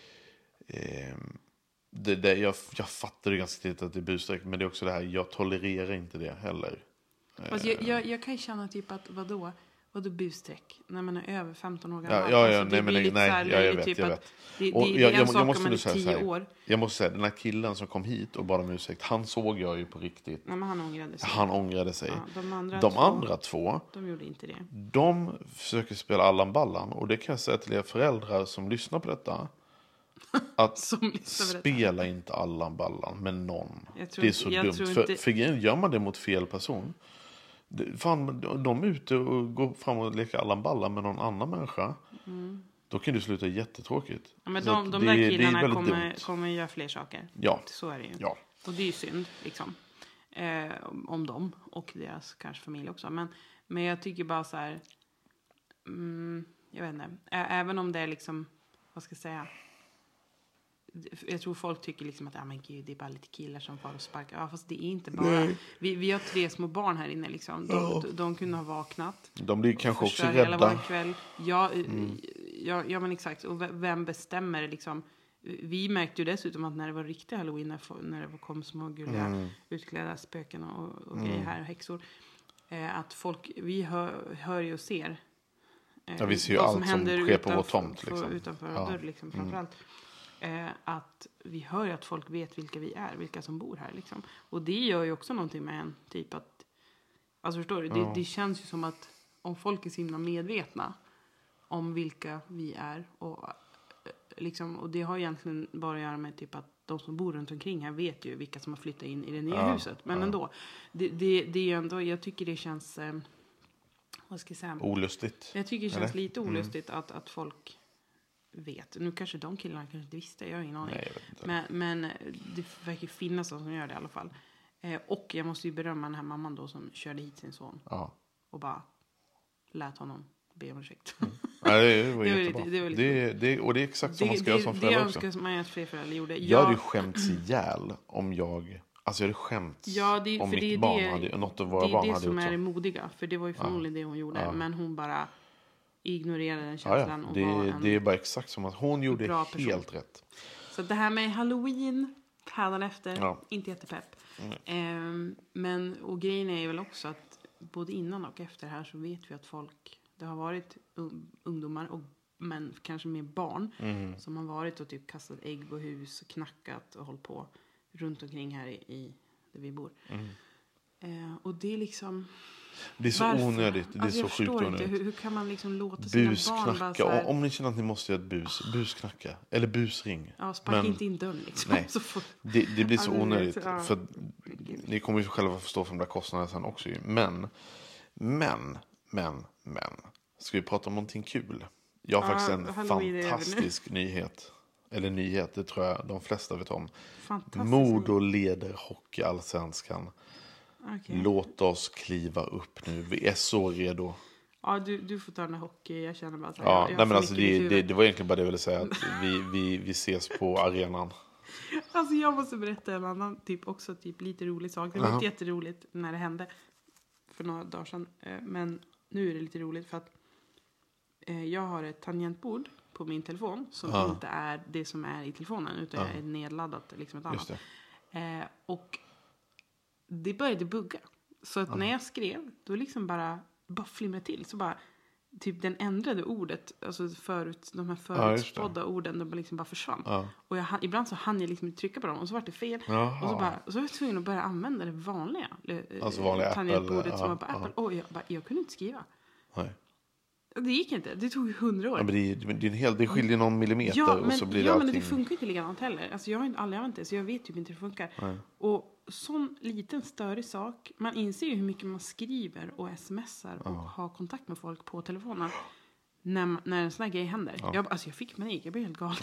Speaker 7: Eh, det, det, jag, jag fattar ju ganska tidigt att det är busstreck. Men det är också det här, jag tolererar inte det heller.
Speaker 8: Fast jag, jag, jag kan ju känna typ att, vadå? Vadå bussträck? När man är över femton år gammal.
Speaker 7: Ja, ja, ja,
Speaker 8: Alltså,
Speaker 7: nej, men
Speaker 8: blir lite
Speaker 7: nej,
Speaker 8: så här
Speaker 7: ja, jag
Speaker 8: löjligt,
Speaker 7: vet,
Speaker 8: typ
Speaker 7: jag
Speaker 8: att
Speaker 7: vet.
Speaker 8: Det,
Speaker 7: Och
Speaker 8: det, det
Speaker 7: jag-
Speaker 8: är en
Speaker 7: jag-
Speaker 8: sak
Speaker 7: jag
Speaker 8: om
Speaker 7: måste
Speaker 8: man är
Speaker 7: nu säga så
Speaker 8: tio
Speaker 7: här.
Speaker 8: år.
Speaker 7: Jag måste säga, den här killen som kom hit och bad om ursäkt, han såg jag ju på riktigt.
Speaker 8: Nej, men han ångrade sig.
Speaker 7: Han ångrade sig.
Speaker 8: Ja, de andra
Speaker 7: de
Speaker 8: två,
Speaker 7: andra två,
Speaker 8: de gjorde inte det.
Speaker 7: de försöker spela Allan Ballan. Och det kan jag säga till er föräldrar som lyssnar på detta. Att
Speaker 8: Som lyssnar på detta.
Speaker 7: spela inte Allan Ballan med någon.
Speaker 8: Jag tror
Speaker 7: Det är
Speaker 8: inte-
Speaker 7: så
Speaker 8: jag
Speaker 7: dumt.
Speaker 8: tror
Speaker 7: För,
Speaker 8: inte-
Speaker 7: för grejen, gör man det mot fel person. Det, fan, de är ute och går fram och leker Allan Ballan med någon annan människa. Mm. Då kan du sluta jättetråkigt.
Speaker 8: Ja, men
Speaker 7: Så
Speaker 8: de,
Speaker 7: att
Speaker 8: de
Speaker 7: det-
Speaker 8: där
Speaker 7: det är
Speaker 8: killarna
Speaker 7: väldigt
Speaker 8: kommer,
Speaker 7: dumt.
Speaker 8: kommer göra fler saker.
Speaker 7: Ja.
Speaker 8: Så är det ju.
Speaker 7: Ja.
Speaker 8: Och det är ju synd, liksom. Eh, om- om dem och deras kanske familj också. Men, men jag tycker bara så här... Mm, jag vet inte. Ä- även om det är liksom... Vad ska jag säga? Jag tror folk tycker liksom att ah, men gud, det är bara lite killar som far och sparkar. Ja, fast det är inte bara... Vi, vi har tre små barn här inne. Liksom. De,
Speaker 7: Ja.
Speaker 8: de, de kunde ha vaknat.
Speaker 7: De blir kanske också
Speaker 8: Förstör hela
Speaker 7: rädda.
Speaker 8: vår kväll. Ja, mm. ja, ja, men exakt. Och v- vem bestämmer liksom? Vi märkte ju dessutom att när det var riktig Halloween, när, fo- när det kom små gulliga
Speaker 7: Mm.
Speaker 8: utklädda spöken och, och grejer här och häxor. Eh, att folk, vi hör, hör ju och ser. Eh,
Speaker 7: Ja, vi ser ju
Speaker 8: vad
Speaker 7: allt som
Speaker 8: händer
Speaker 7: sker på vår
Speaker 8: utanför-
Speaker 7: tomt, liksom.
Speaker 8: Utanför
Speaker 7: Ja.
Speaker 8: dörr liksom, framförallt. Eh, att vi hör ju att folk vet vilka vi är, vilka som bor här liksom. Och det gör ju också någonting med en, typ att, alltså förstår du, det,
Speaker 7: Ja.
Speaker 8: det känns ju som att om folk är så himla medvetna om vilka vi är och eh, liksom, och det har egentligen bara att göra med typ att de som bor runt omkring här vet ju vilka som har flyttat in i det nya
Speaker 7: Ja,
Speaker 8: huset. Men
Speaker 7: ja.
Speaker 8: ändå, det, det, det är ju ändå, jag tycker det känns, eh, vad ska jag säga?
Speaker 7: Olustigt.
Speaker 8: Jag tycker det känns
Speaker 7: Eller?
Speaker 8: lite olustigt att, att folk vet. Nu kanske de killarna kanske inte visste, jag har ingen aning.
Speaker 7: Nej, jag vet inte.
Speaker 8: Men, men det verkar finnas de som gör det i alla fall. Eh, och jag måste ju berömma den här mamman då som körde hit sin son.
Speaker 7: Ja.
Speaker 8: Och bara lät honom be om ursäkt.
Speaker 7: Ja, det var
Speaker 8: Det var
Speaker 7: jättebra.
Speaker 8: lite- det var lite-
Speaker 7: det, det, och det är exakt som man ska göra som
Speaker 8: det
Speaker 7: förälder också.
Speaker 8: önskar man ju att fler föräldrar gjorde.
Speaker 7: Jag hade ju skämts ihjäl om jag... Alltså jag hade skämts
Speaker 8: Ja, det,
Speaker 7: om
Speaker 8: för
Speaker 7: mitt
Speaker 8: det är
Speaker 7: barn
Speaker 8: det,
Speaker 7: hade... Något av våra
Speaker 8: det,
Speaker 7: barn
Speaker 8: är det
Speaker 7: hade
Speaker 8: som
Speaker 7: gjort
Speaker 8: är det
Speaker 7: så.
Speaker 8: modiga. För det var ju förmodligen det hon gjorde.
Speaker 7: Ja.
Speaker 8: Men hon bara... ignorera den
Speaker 7: Ja,
Speaker 8: känslan.
Speaker 7: ja.
Speaker 8: Och
Speaker 7: Det,
Speaker 8: vara en
Speaker 7: det är bara exakt som att hon gjorde
Speaker 8: bra person.
Speaker 7: helt rätt.
Speaker 8: Så det här med Halloween, hädanefter,
Speaker 7: Ja.
Speaker 8: inte jättepepp. Mm. Eh, men, och grejen är väl också att både innan och efter här så vet vi att folk, det har varit ungdomar och men kanske mer barn
Speaker 7: Mm.
Speaker 8: som har varit och typ kastat ägg på hus och knackat och hållit på runt omkring här i, i där vi bor.
Speaker 7: Mm.
Speaker 8: Eh, och det är liksom...
Speaker 7: Det är så
Speaker 8: Varför?
Speaker 7: onödigt. Det är
Speaker 8: Alltså,
Speaker 7: så
Speaker 8: jag
Speaker 7: sjukt
Speaker 8: förstår
Speaker 7: onödigt.
Speaker 8: inte. Hur, hur kan man liksom låta sina barn bara
Speaker 7: Busknacka.
Speaker 8: så här...
Speaker 7: Om ni känner att ni måste göra ett bus, busknacka. Eller busring.
Speaker 8: Ja, sparka
Speaker 7: Men-
Speaker 8: inte in dörren liksom.
Speaker 7: Nej.
Speaker 8: Så får...
Speaker 7: Det, det blir så
Speaker 8: Ja, det
Speaker 7: onödigt.
Speaker 8: vet jag.
Speaker 7: För ni kommer ju själva förstå för de där kostnaderna sen också. ju. Men, men, men, men. Ska vi prata om någonting kul? Jag har
Speaker 8: Ja,
Speaker 7: faktiskt en
Speaker 8: Halloween är över nu.
Speaker 7: fantastisk nyhet. Eller nyhet, det tror jag de flesta vet om.
Speaker 8: Fantastiskt.
Speaker 7: Modo leder hockeyallsvenskan.
Speaker 8: Okej.
Speaker 7: Låt oss kliva upp nu. Vi är så redo.
Speaker 8: Ja, du, du får ta den här hockey. Jag känner bara så här,
Speaker 7: Ja,
Speaker 8: jag, jag
Speaker 7: nej,
Speaker 8: får
Speaker 7: men alltså,
Speaker 8: mycket i
Speaker 7: det,
Speaker 8: mitt
Speaker 7: det,
Speaker 8: huvud.
Speaker 7: det var egentligen bara det jag ville säga. Att vi, vi, vi ses på arenan.
Speaker 8: Alltså jag måste berätta en annan typ också typ lite rolig sak. Det var
Speaker 7: Jaha.
Speaker 8: inte jätteroligt när det hände för några dagar sedan. Eh, Men nu är det lite roligt för att eh, jag har ett tangentbord på min telefon som
Speaker 7: Ja.
Speaker 8: inte är det som är i telefonen utan
Speaker 7: Ja.
Speaker 8: är nedladdat liksom ett
Speaker 7: Just
Speaker 8: annat.
Speaker 7: det.
Speaker 8: Eh, och det började bugga. Så att när jag skrev, då liksom bara, bara flimrade till. Så bara, typ den ändrade ordet, alltså förut, de här
Speaker 7: Ja, just det.
Speaker 8: förutspådda orden, de liksom bara försvann.
Speaker 7: Ja.
Speaker 8: Och jag, hann- ibland så hann jag liksom inte trycka på dem och så var det fel.
Speaker 7: Jaha.
Speaker 8: Och så, bara, och så var jag tvungen att börja använda det vanliga. eh,
Speaker 7: Alltså vanliga
Speaker 8: tangentbordet
Speaker 7: Apple,
Speaker 8: som
Speaker 7: ja,
Speaker 8: var på Apple.
Speaker 7: ja.
Speaker 8: Och jag, bara, jag kunde inte skriva.
Speaker 7: Nej.
Speaker 8: Det gick inte, det tog ju hundra år.
Speaker 7: Ja, men det, är- det, är en hel, det skiljer någon millimeter
Speaker 8: Ja,
Speaker 7: och
Speaker 8: men,
Speaker 7: så blir det
Speaker 8: ja,
Speaker 7: allting.
Speaker 8: men det funkar inte likadant heller. Alltså, jag har inte aldrig använt det, så jag vet typ inte hur det funkar.
Speaker 7: Nej.
Speaker 8: Och sån liten större sak. Man inser ju hur mycket man skriver och smsar och har kontakt med folk på telefonen. När, man- när en sån här grej händer.
Speaker 7: Ja.
Speaker 8: Jag, alltså jag fick panik, jag blev helt galen.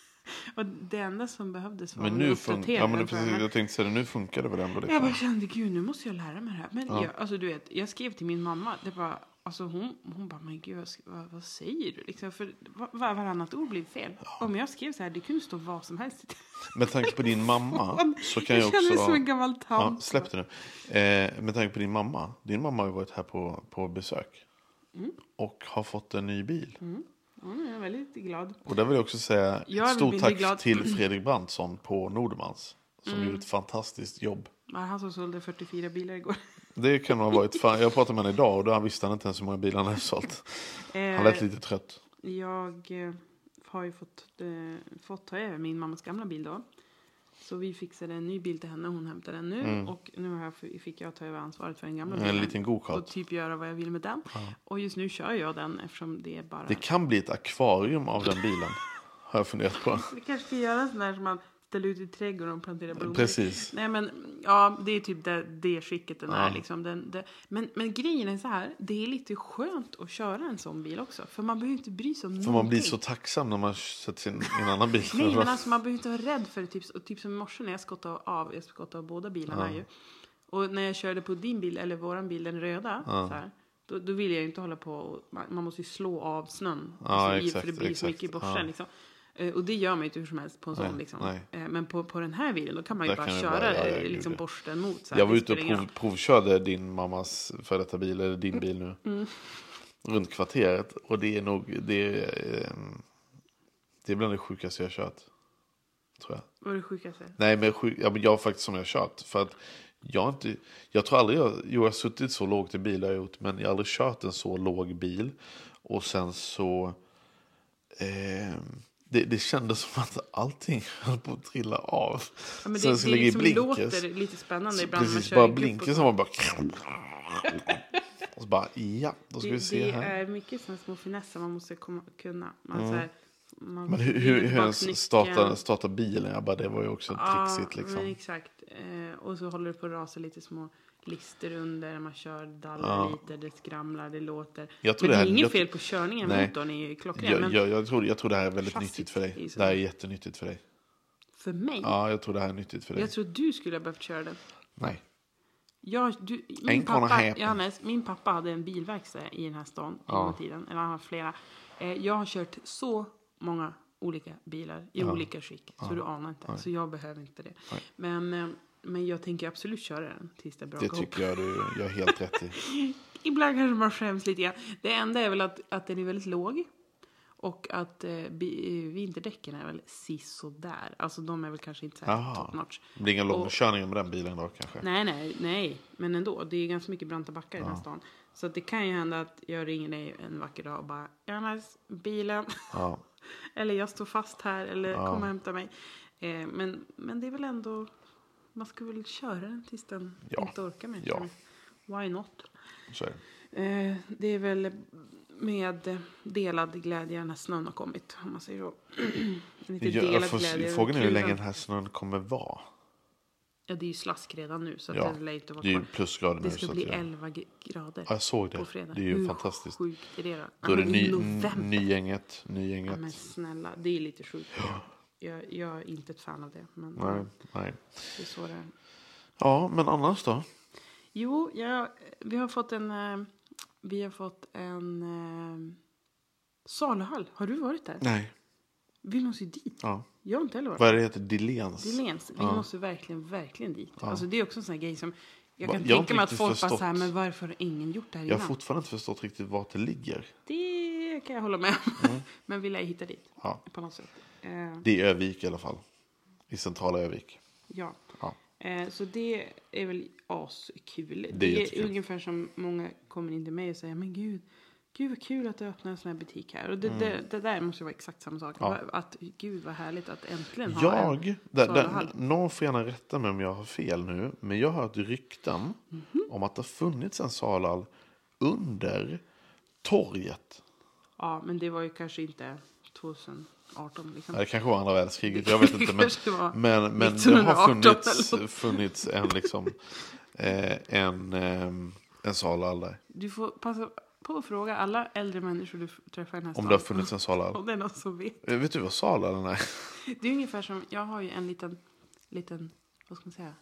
Speaker 8: och det enda som behövdes var
Speaker 7: Men
Speaker 8: att
Speaker 7: nu
Speaker 8: uppdatera
Speaker 7: funkar ja, men det,
Speaker 8: den, tror jag.
Speaker 7: precis,
Speaker 8: Men-
Speaker 7: jag tänkte säga det, nu funkar det väl ändå liksom.
Speaker 8: jag bara kände, gud nu måste jag lära mig det här. Men
Speaker 7: Ja.
Speaker 8: jag, alltså du vet, jag skrev till min mamma. Det var, alltså hon, hon bara, men gud vad, sk- vad, vad säger du? Liksom, för var, varannat ord blev fel. Om jag skrev så här, det kunde stå vad som helst.
Speaker 7: Med tanke på din mamma så kan jag,
Speaker 8: jag känner mig
Speaker 7: också...
Speaker 8: som en gammal
Speaker 7: Ja,
Speaker 8: tant.
Speaker 7: släpp det nu. Eh, med tanke på din mamma. Din mamma har ju varit här på, på besök.
Speaker 8: Mm.
Speaker 7: Och har fått en ny bil.
Speaker 8: Hon är väldigt glad.
Speaker 7: Och där vill jag också säga
Speaker 8: Jag är väl
Speaker 7: stort
Speaker 8: mindre
Speaker 7: tack
Speaker 8: glad.
Speaker 7: till Fredrik Brandsson på Nordmans. Som
Speaker 8: Mm.
Speaker 7: gjorde ett fantastiskt jobb.
Speaker 8: Det var han som sålde fyrtiofyra bilar igår.
Speaker 7: Det kan ha varit fan. Jag pratade med honom idag och då visste han inte ens hur många bilar han hade sålt. Han lät lite trött.
Speaker 8: Jag eh, har ju fått, eh, fått ta över min mammas gamla bil då. Så vi fixade en ny bil till henne. Hon hämtade den nu. Och nu har jag, fick jag ta över ansvaret för den gamla bilen.
Speaker 7: En liten go-kart.
Speaker 8: Och typ göra vad jag vill med den. Och just nu kör jag den eftersom det är bara...
Speaker 7: Det kan bli ett akvarium av den bilen. Har jag funderat på.
Speaker 8: Vi kanske ska göra en sån där som man ställer ut i trädgården och planterar blommor.
Speaker 7: Precis.
Speaker 8: Nej men, ja det är typ det, det skicket den
Speaker 7: Ja.
Speaker 8: är liksom. Den, det, men, men grejen är så här, det är lite skönt att köra en sån bil också. För man behöver inte bry sig om
Speaker 7: För
Speaker 8: någonting.
Speaker 7: man blir så tacksam när man sätter sig i en annan bil.
Speaker 8: Nej men alltså man behöver inte vara rädd för det. Typ, och typ som i morse när jag skottade av, jag skottade av båda bilarna
Speaker 7: Ja.
Speaker 8: ju. Och när jag körde på din bil, eller våran bil, den röda.
Speaker 7: Ja.
Speaker 8: Så här, då, då vill jag ju inte hålla på och, man, man måste ju slå av snön.
Speaker 7: Ja,
Speaker 8: alltså, i,
Speaker 7: exakt,
Speaker 8: för det blir så
Speaker 7: exakt.
Speaker 8: mycket i borsten
Speaker 7: Ja.
Speaker 8: liksom. Eh, Och det gör man ju inte hur som helst på en
Speaker 7: Nej,
Speaker 8: sån liksom.
Speaker 7: nej.
Speaker 8: Eh, Men på, på den här bilen då kan man ju
Speaker 7: Där
Speaker 8: bara
Speaker 7: kan jag
Speaker 8: köra
Speaker 7: bara- ja, ja,
Speaker 8: eh,
Speaker 7: gud,
Speaker 8: liksom
Speaker 7: ja.
Speaker 8: borsten mot. Så här,
Speaker 7: Jag var
Speaker 8: det
Speaker 7: ute och
Speaker 8: spelar ingen
Speaker 7: prov,
Speaker 8: roll.
Speaker 7: provkörde din mammas för detta bil, eller din bil nu.
Speaker 8: Mm.
Speaker 7: Runt kvarteret. Och det är nog, det är, eh, det är bland det sjukaste jag har kört. Tror jag.
Speaker 8: Vad är det sjukaste?
Speaker 7: Nej, men, sjuk, ja, men jag faktiskt som jag har kört. För att jag har inte, jag tror aldrig jag, jo, jag har suttit så lågt i bil har jag gjort. Men jag har aldrig kört en så låg bil. Och sen så, eh, det, det kändes som att allting höll på att trilla av.
Speaker 8: Ja, men
Speaker 7: Sen
Speaker 8: det,
Speaker 7: så
Speaker 8: det
Speaker 7: lägger
Speaker 8: liksom
Speaker 7: blinkers.
Speaker 8: låter lite spännande ibland när man
Speaker 7: Precis,
Speaker 8: kör
Speaker 7: bara
Speaker 8: i grupp och
Speaker 7: blinkers
Speaker 8: så.
Speaker 7: som var bara... Och så bara, ja, då ska
Speaker 8: Det,
Speaker 7: vi se
Speaker 8: det
Speaker 7: här.
Speaker 8: är mycket sådana små finesser man måste komma, kunna. Man, så här, man
Speaker 7: Men hur,
Speaker 8: vrider
Speaker 7: hur, hur
Speaker 8: tillbaka
Speaker 7: ens
Speaker 8: nyckeln.
Speaker 7: starta, starta bilen? Jag bara, det var ju också trixigt
Speaker 8: Ja, men
Speaker 7: liksom.
Speaker 8: exakt. Eh, och så håller det på att rasa lite små lister under när man kör, dallar
Speaker 7: Ja.
Speaker 8: lite, det skramlar, det låter.
Speaker 7: Jag tror
Speaker 8: men det
Speaker 7: det
Speaker 8: är
Speaker 7: här-
Speaker 8: inget
Speaker 7: jag-
Speaker 8: fel på körningen,
Speaker 7: Nej.
Speaker 8: motorn är ju klockren.
Speaker 7: Jag,
Speaker 8: Men
Speaker 7: jag, jag, tror, jag tror det här är väldigt
Speaker 8: chassit
Speaker 7: nyttigt för
Speaker 8: är ju
Speaker 7: dig.
Speaker 8: så.
Speaker 7: Det här är jättenyttigt för dig.
Speaker 8: för mig,
Speaker 7: Ja, jag tror det här är nyttigt för dig.
Speaker 8: jag tror du skulle ha behövt köra den.
Speaker 7: Nej.
Speaker 8: Jag, du, min,
Speaker 7: Ain't gonna
Speaker 8: pappa,
Speaker 7: happen.
Speaker 8: Johannes, min pappa hade en bilverkstad i den här stan en
Speaker 7: Ja.
Speaker 8: gång i tiden. Eller han har flera. Eh, jag har kört så många olika bilar i
Speaker 7: Ja.
Speaker 8: olika skick. Så du anar inte. Så jag behöver inte det.
Speaker 7: Nej.
Speaker 8: Men, eh, Men jag tänker absolut köra den tills det brakar
Speaker 7: Det tycker jag du gör helt rätt i.
Speaker 8: Ibland kanske man skäms lite grann. Det enda är väl att, att den är väldigt låg. Och att eh, vinterdäcken är väl sisådär. Alltså de är väl kanske inte så här top notch.
Speaker 7: Det blir inga
Speaker 8: Och-
Speaker 7: långkörningar med den bilen då kanske.
Speaker 8: Nej, nej, nej. Men ändå. Det är ganska mycket branta backar i den här stan. Så att det kan ju hända att jag ringer dig en vacker dag och bara Jonas, bilen.
Speaker 7: Ja.
Speaker 8: Eller jag står fast här. Eller kom och hämta mig. Eh, men, men det är väl ändå... Man ska väl köra den tills den
Speaker 7: Ja.
Speaker 8: inte orkar mer.
Speaker 7: Ja.
Speaker 8: Why not?
Speaker 7: Så är det.
Speaker 8: Eh, det är väl med delad glädje när snön har kommit. Om man säger så. Lite
Speaker 7: Ja,
Speaker 8: delad
Speaker 7: får,
Speaker 8: glädje.
Speaker 7: frågan är hur
Speaker 8: Kul
Speaker 7: länge
Speaker 8: att-
Speaker 7: den här snön kommer vara.
Speaker 8: Ja, det är ju slask redan nu. Så att
Speaker 7: Ja,
Speaker 8: det lär inte vara
Speaker 7: det är ju
Speaker 8: kvar.
Speaker 7: plusgrader nu.
Speaker 8: Det ska
Speaker 7: så
Speaker 8: bli
Speaker 7: att jag-
Speaker 8: elva g- grader
Speaker 7: Ja, jag såg det.
Speaker 8: på fredag.
Speaker 7: Det är ju
Speaker 8: Hur
Speaker 7: fantastiskt.
Speaker 8: sjukt är det då?
Speaker 7: Då är det
Speaker 8: Ja, men i
Speaker 7: ny,
Speaker 8: november.
Speaker 7: nygänget.
Speaker 8: Ja,
Speaker 7: nygänget.
Speaker 8: men snälla, det är lite sjukt. Jag, jag är inte ett fan av det. Men
Speaker 7: Nej, nej.
Speaker 8: det är så det är.
Speaker 7: Ja, men annars då?
Speaker 8: Jo, jag, vi har fått en... eh, Vi har fått en... Eh, saluhall. Har du varit där?
Speaker 7: Nej.
Speaker 8: Vi måste ju dit.
Speaker 7: Ja.
Speaker 8: Jag har inte heller varit.
Speaker 7: Vad är det heter? Dilléns?
Speaker 8: Dilléns. Vi
Speaker 7: Ja.
Speaker 8: måste verkligen, verkligen dit. Alltså det är också en sån här grej som... Jag
Speaker 7: Va-
Speaker 8: kan
Speaker 7: jag har
Speaker 8: tänka
Speaker 7: inte
Speaker 8: mig att
Speaker 7: riktigt
Speaker 8: folk bara
Speaker 7: förstått.
Speaker 8: så här, men varför har ingen gjort det här
Speaker 7: Jag har
Speaker 8: innan?
Speaker 7: fortfarande inte förstått riktigt vart det ligger.
Speaker 8: Det kan jag hålla med om.
Speaker 7: Mm.
Speaker 8: Men vi lär hitta dit.
Speaker 7: Ja.
Speaker 8: På något sätt. Eh,
Speaker 7: Det är Övik i alla fall. I centrala Övik.
Speaker 8: ja.
Speaker 7: Ja.
Speaker 8: Eh, så det är väl askul. Det,
Speaker 7: Det är
Speaker 8: är
Speaker 7: jättekul.
Speaker 8: ungefär som många kommer in till mig och säger, men gud, gud vad kul att det öppnar en sån här butik här. Och det, det, det där måste ju vara exakt samma sak.
Speaker 7: Mm. Ja.
Speaker 8: Att gud vad härligt att äntligen ha en
Speaker 7: Jag, där, där,
Speaker 8: saluhall.
Speaker 7: någon får gärna rätta mig om jag har fel nu. Men jag har hört rykten
Speaker 8: Mhm.
Speaker 7: om att det har funnits en salhall under torget.
Speaker 8: Ja, men det var ju kanske inte tjugoarton liksom.
Speaker 7: Det kanske var andra världskriget, jag vet inte. Men,
Speaker 8: Kanske var
Speaker 7: men, men det har
Speaker 8: nittonhundraarton
Speaker 7: funnits,
Speaker 8: eller något.
Speaker 7: funnits en, liksom, eh, en, eh, en salhall där.
Speaker 8: Du får passa på att fråga alla äldre människor du träffar i den här
Speaker 7: Om
Speaker 8: stan.
Speaker 7: det har funnits en salhall.
Speaker 8: Om det är någon som vet.
Speaker 7: Eh, Vet du vad salhallen är?
Speaker 8: Det är ungefär som, jag har ju en liten, liten vad ska man säga,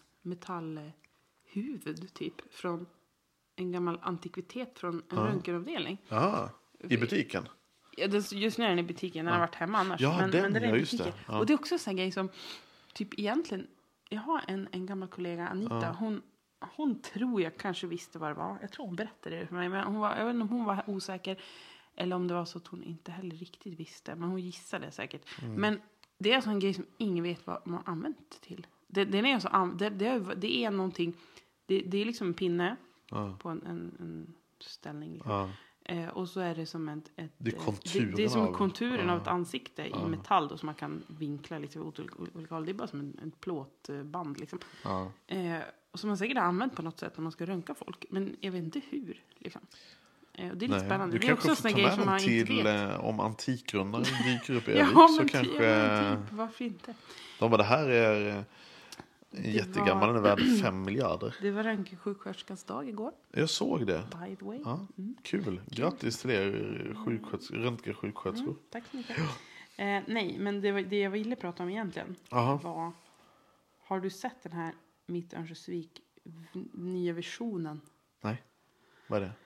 Speaker 8: metallhuvud typ. Från en gammal antikvitet från en röntgenavdelning.
Speaker 7: Jaha, i butiken?
Speaker 8: Ja, den- just nu är den i butiken, den har varit hemma annars.
Speaker 7: Ja,
Speaker 8: men,
Speaker 7: den,
Speaker 8: men den är
Speaker 7: ja,
Speaker 8: i
Speaker 7: just det.
Speaker 8: butiken.
Speaker 7: Ja.
Speaker 8: Och det är också en sån här grej som, typ egentligen, jag har en, en gammal kollega, Anita, hon, hon tror jag kanske visste vad det var. Jag tror hon berättade det för mig, men hon var, jag vet inte om hon var osäker. Eller om det var så att hon inte heller riktigt visste, men hon gissade säkert.
Speaker 7: Mm.
Speaker 8: Men det är alltså en grej som ingen vet vad man har använt till. Det, den är alltså, an- det, det, är, det är någonting, det, det är liksom en pinne på en, en, en ställning. Liksom.
Speaker 7: Ja.
Speaker 8: Eh, och så är det som ett... ett
Speaker 7: Det är
Speaker 8: eh,
Speaker 7: konturen
Speaker 8: det, det är som
Speaker 7: av-
Speaker 8: konturen
Speaker 7: ja.
Speaker 8: av ett ansikte i metall då, som man kan vinkla lite åt olika håll. Det är bara som en, en plåtband liksom.
Speaker 7: Ja.
Speaker 8: Eh, och som man säkert har använt på något sätt när man ska röntga folk. Men jag vet inte hur liksom. Eh, och det är lite
Speaker 7: Nej,
Speaker 8: spännande.
Speaker 7: du
Speaker 8: Det är också
Speaker 7: kanske
Speaker 8: en
Speaker 7: får
Speaker 8: sån
Speaker 7: ta
Speaker 8: grej
Speaker 7: med
Speaker 8: som man
Speaker 7: den
Speaker 8: inte
Speaker 7: till
Speaker 8: vet.
Speaker 7: eh, om Antikrundan dyker upp i
Speaker 8: Ja,
Speaker 7: Övik.
Speaker 8: men
Speaker 7: Så
Speaker 8: ty-
Speaker 7: kanske
Speaker 8: ja, men typ, varför inte?
Speaker 7: de bara, det här är eh, jättegammal, den är värd fem miljarder.
Speaker 8: Det var röntgensjuksköterskans dag igår,
Speaker 7: Jag såg det.
Speaker 8: by the way.
Speaker 7: Ja, kul. Grattis till er sjuksköterskor, röntgensjuksköterskor.
Speaker 8: Mm, tack så mycket. Eh, nej, men det, var, det jag ville prata om egentligen
Speaker 7: Jaha.
Speaker 8: var... Har du sett den här Mitt Örnsköldsvik v- nya visionen?
Speaker 7: Nej, vad är det?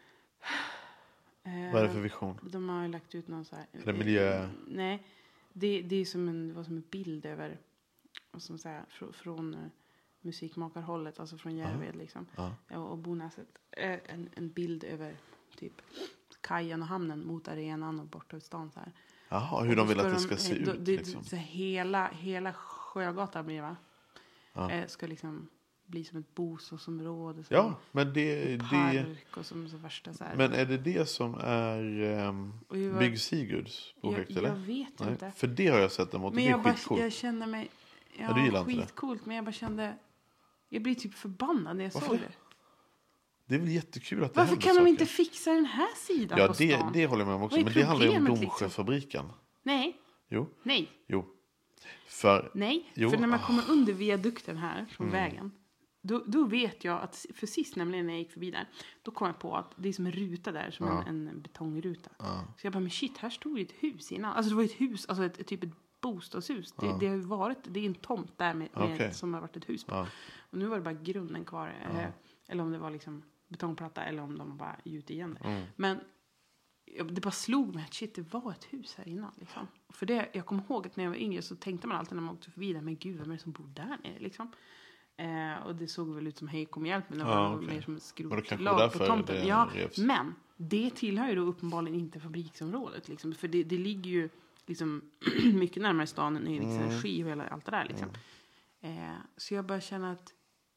Speaker 8: Eh,
Speaker 7: Vad är det för vision?
Speaker 8: De har ju lagt ut någon så här...
Speaker 7: Är det miljö?
Speaker 8: Eh, nej, det, det är som en, det var som en bild över... Vad ska man säga? Från, från eh, musikmakarhållet, alltså från Järved liksom.
Speaker 7: Ja.
Speaker 8: Ja, och Bonäset. Eh, en, en bild över typ kajen och hamnen mot arenan och borta ut stan så här.
Speaker 7: Jaha, hur de
Speaker 8: Och då
Speaker 7: vill att det ska
Speaker 8: de-
Speaker 7: se
Speaker 8: eh, då-
Speaker 7: ut.
Speaker 8: det-
Speaker 7: Liksom.
Speaker 8: så hela, hela Sjögatan blir va?
Speaker 7: Ja.
Speaker 8: Eh, ska liksom bli som ett bostadsområde. Som
Speaker 7: Ja, men det,
Speaker 8: en
Speaker 7: det...
Speaker 8: park och som så värsta så här.
Speaker 7: Men är det det som är um,
Speaker 8: Och vi var-
Speaker 7: Bygg Sigurds projekt,
Speaker 8: jag,
Speaker 7: eller?
Speaker 8: jag vet
Speaker 7: Nej,
Speaker 8: inte.
Speaker 7: för det har jag sett emot.
Speaker 8: Men
Speaker 7: Det är
Speaker 8: jag, bara,
Speaker 7: skitcoolt.
Speaker 8: jag kände mig... Ja,
Speaker 7: Ja, du gillar inte det?
Speaker 8: skitcoolt. Men jag bara kände... Jag blir typ förbannad när jag
Speaker 7: Varför
Speaker 8: såg
Speaker 7: det?
Speaker 8: det.
Speaker 7: Det är väl jättekul att det
Speaker 8: Varför
Speaker 7: händer
Speaker 8: kan
Speaker 7: saker.
Speaker 8: de inte fixa den här sidan
Speaker 7: Ja,
Speaker 8: på
Speaker 7: det,
Speaker 8: stan?
Speaker 7: det håller jag med om också.
Speaker 8: Vad är
Speaker 7: Men det handlar ju om
Speaker 8: problemet, liksom?
Speaker 7: Domsjöfabriken.
Speaker 8: Nej,
Speaker 7: Jo,
Speaker 8: nej,
Speaker 7: jo. För...
Speaker 8: nej.
Speaker 7: Jo,
Speaker 8: För när man
Speaker 7: ah.
Speaker 8: kommer under viadukten här från vägen. Då, då vet jag att, för sist nämligen när jag gick förbi där, då kom jag på att det är som en ruta där, som
Speaker 7: Ja.
Speaker 8: en, en betongruta. Så jag bara, men shit, här stod ju ett hus innan. Alltså det var ett hus, alltså ett, ett typ ett bostadshus. Det, det har ju varit, det är en tomt där med, med,
Speaker 7: Okej.
Speaker 8: som har varit ett hus på.
Speaker 7: Ja.
Speaker 8: Och nu var det bara grunden kvar. Eh, eller om det var liksom betongplatta, eller om de har bara gjort igen det.
Speaker 7: Mm.
Speaker 8: Men jag- det bara slog mig att shit, det var ett hus här innan. Liksom. För det, jag kommer ihåg att när jag var yngre så tänkte man alltid när man åkte förbi där, men gud, vem är det som bor där nere? Liksom. Eh, och det såg väl ut som hej kom hjälp. Men det var
Speaker 7: Ja, okej.
Speaker 8: mer som ett
Speaker 7: Men det kanske var
Speaker 8: skrotlag
Speaker 7: därför
Speaker 8: på tomten.
Speaker 7: det
Speaker 8: Ja,
Speaker 7: revs.
Speaker 8: men det tillhör ju då uppenbarligen inte fabriksområdet. Liksom, för det, det ligger ju liksom mycket närmare stan än Eriks Energi och hela allt det där. Liksom. Eh, så jag bara känner att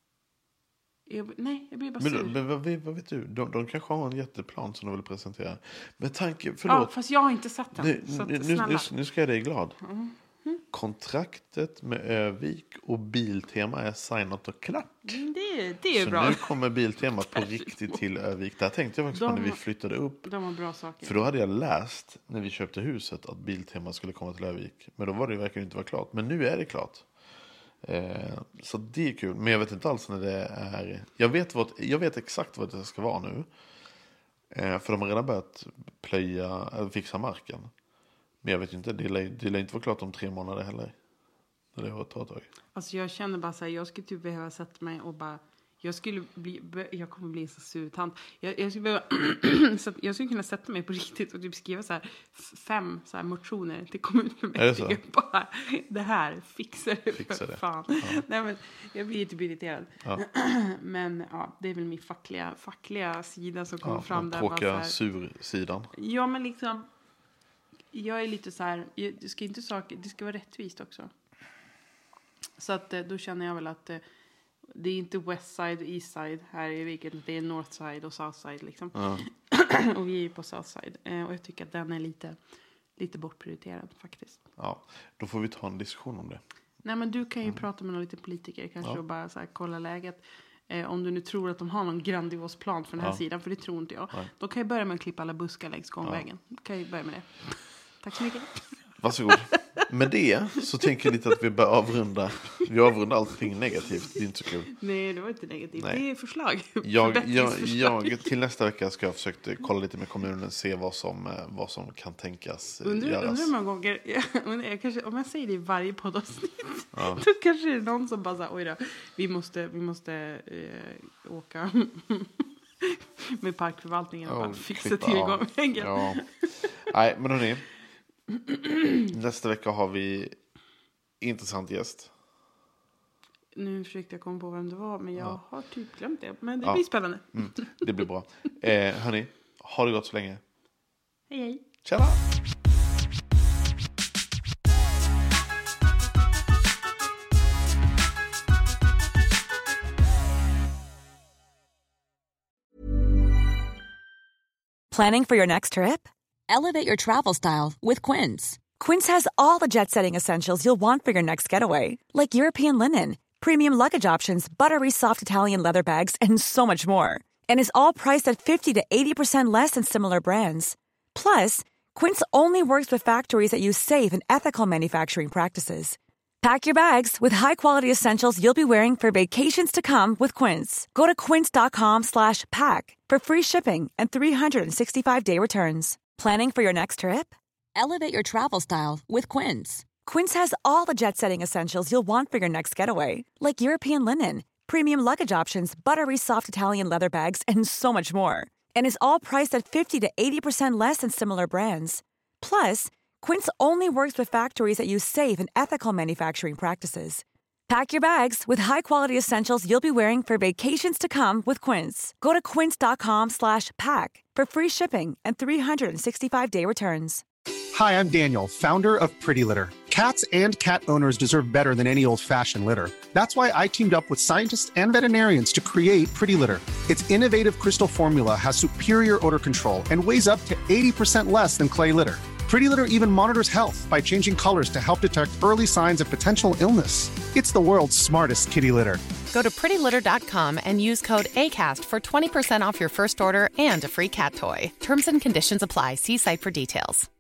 Speaker 8: jag, nej, jag blir bara
Speaker 7: Men,
Speaker 8: sur.
Speaker 7: men vad, vad vet du? De, de kanske har en jätteplan som de vill presentera. Men tanke, förlåt.
Speaker 8: Ja, fast jag har inte sett den.
Speaker 7: Nu,
Speaker 8: så att,
Speaker 7: nu, nu,
Speaker 8: snälla.
Speaker 7: nu, nu ska jag dig glad. Kontraktet med Övik och Biltema är signat och klart.
Speaker 8: Mm, Det, det är
Speaker 7: Så
Speaker 8: bra.
Speaker 7: nu kommer Biltema på riktigt till Övik. Där tänkte jag faktiskt
Speaker 8: De
Speaker 7: på när vi
Speaker 8: har-
Speaker 7: flyttade upp.
Speaker 8: De har bra saker.
Speaker 7: För då hade jag läst när vi köpte huset att Biltema skulle komma till Övik. Men då var det verkligen inte vara klart. Men nu är det klart. Eh, så det är kul. Men jag vet inte alls när det är. Jag vet, vad, jag vet exakt vad det ska vara nu. Eh, för de har redan börjat plöja, eller fixa marken. Men jag vet inte, det lär, det lär inte vara klart om tre månader heller. Det har tagit ett tag.
Speaker 8: Alltså jag känner bara så här, jag skulle typ behöva sätta mig och bara, jag skulle bli, jag kommer bli så sur tant. Jag, jag skulle behöva, så att jag skulle kunna sätta mig på riktigt och typ skriva så här f- fem så här motioner till kommunfullmäktige. Bara, det här fixar det
Speaker 7: Fixar
Speaker 8: för
Speaker 7: det.
Speaker 8: fan.
Speaker 7: Ja.
Speaker 8: Nej, men jag blir typ irriterad.
Speaker 7: Ja.
Speaker 8: Men ja, det är väl min fackliga, fackliga sida som kommer
Speaker 7: Ja,
Speaker 8: fram
Speaker 7: den
Speaker 8: där. bara så
Speaker 7: tråkiga
Speaker 8: här-
Speaker 7: sursidan.
Speaker 8: Ja, men liksom, jag är lite så här, jag- det ska inte saker, det ska vara rättvist också. Så att eh, då känner jag väl att eh, det är inte West Side och East Side här i vilket det är North Side och South Side liksom.
Speaker 7: Ja.
Speaker 8: Och vi är ju på South Side. Eh, och jag tycker att den är lite, lite bortprioriterad faktiskt.
Speaker 7: Ja, då får vi ta en diskussion om det.
Speaker 8: Nej, men du kan ju prata med några lite politiker kanske
Speaker 7: Ja.
Speaker 8: och bara så här, kolla läget. Eh, om du nu tror att de har någon grandios plan för den här
Speaker 7: Ja.
Speaker 8: sidan, för det tror inte jag.
Speaker 7: Nej.
Speaker 8: Då kan jag börja med att klippa alla buskar längs gångvägen. Kan jag börja med det. Tack så mycket.
Speaker 7: Varsågod. Med det så tänker jag lite att vi bör avrunda. Vi avrundar allting negativt. Det är inte så kul.
Speaker 8: Nej, det var inte negativt.
Speaker 7: Nej.
Speaker 8: Det är förslag.
Speaker 7: Jag, jag,
Speaker 8: Förbättringsförslag.
Speaker 7: jag, till nästa vecka ska jag försöka kolla lite med kommunen. Se vad som, eh, vad som kan tänkas eh,
Speaker 8: Undrar,
Speaker 7: göras.
Speaker 8: undrar hur många gånger, jag, jag kanske, om jag säger det i varje poddavsnitt,
Speaker 7: Ja.
Speaker 8: då kanske det är någon som bara säger, oj då, vi måste, vi måste eh, åka med parkförvaltningen och
Speaker 7: Ja,
Speaker 8: bara fixa
Speaker 7: klippa
Speaker 8: till
Speaker 7: av.
Speaker 8: gångvägen.
Speaker 7: Ja. Nej, men hörni. Nästa vecka har vi intressant gäst.
Speaker 8: Nu försökte jag komma på vem det var, men jag
Speaker 7: Ja.
Speaker 8: har typ glömt det. Men det
Speaker 7: Ja.
Speaker 8: blir spännande.
Speaker 7: Mm, det blir bra. Eh, hörni, ha det gott så länge.
Speaker 8: Hej, hej.
Speaker 7: Tjena!
Speaker 4: Planning for your next trip? Elevate your travel style with Quince. Quince has all the jet-setting essentials you'll want for your next getaway, like European linen, premium luggage options, buttery soft Italian leather bags, and so much more. And is all priced at fifty to eighty percent less than similar brands. Plus, Quince only works with factories that use safe and ethical manufacturing practices. Pack your bags with high-quality essentials you'll be wearing for vacations to come with Quince. Go to quince.com slash pack for free shipping and three sixty-five day returns. Planning for your next trip? Elevate your travel style with Quince. Quince has all the jet-setting essentials you'll want for your next getaway, like European linen, premium luggage options, buttery soft Italian leather bags, and so much more. And is all priced at fifty to eighty percent less than similar brands. Plus, Quince only works with factories that use safe and ethical manufacturing practices. Pack your bags with high-quality essentials you'll be wearing for vacations to come with Quince. Go to quince.com slash pack for free shipping and three sixty-five day returns.
Speaker 9: Hi, I'm Daniel, founder of Pretty Litter. Cats and cat owners deserve better than any old-fashioned litter. That's why I teamed up with scientists and veterinarians to create Pretty Litter. Its innovative crystal formula has superior odor control and weighs up to eighty percent less than clay litter. Pretty Litter even monitors health by changing colors to help detect early signs of potential illness. It's the world's smartest kitty litter.
Speaker 10: Go to pretty litter dot com and use code ACAST for twenty percent off your first order and a free cat toy. Terms and conditions apply. See site for details.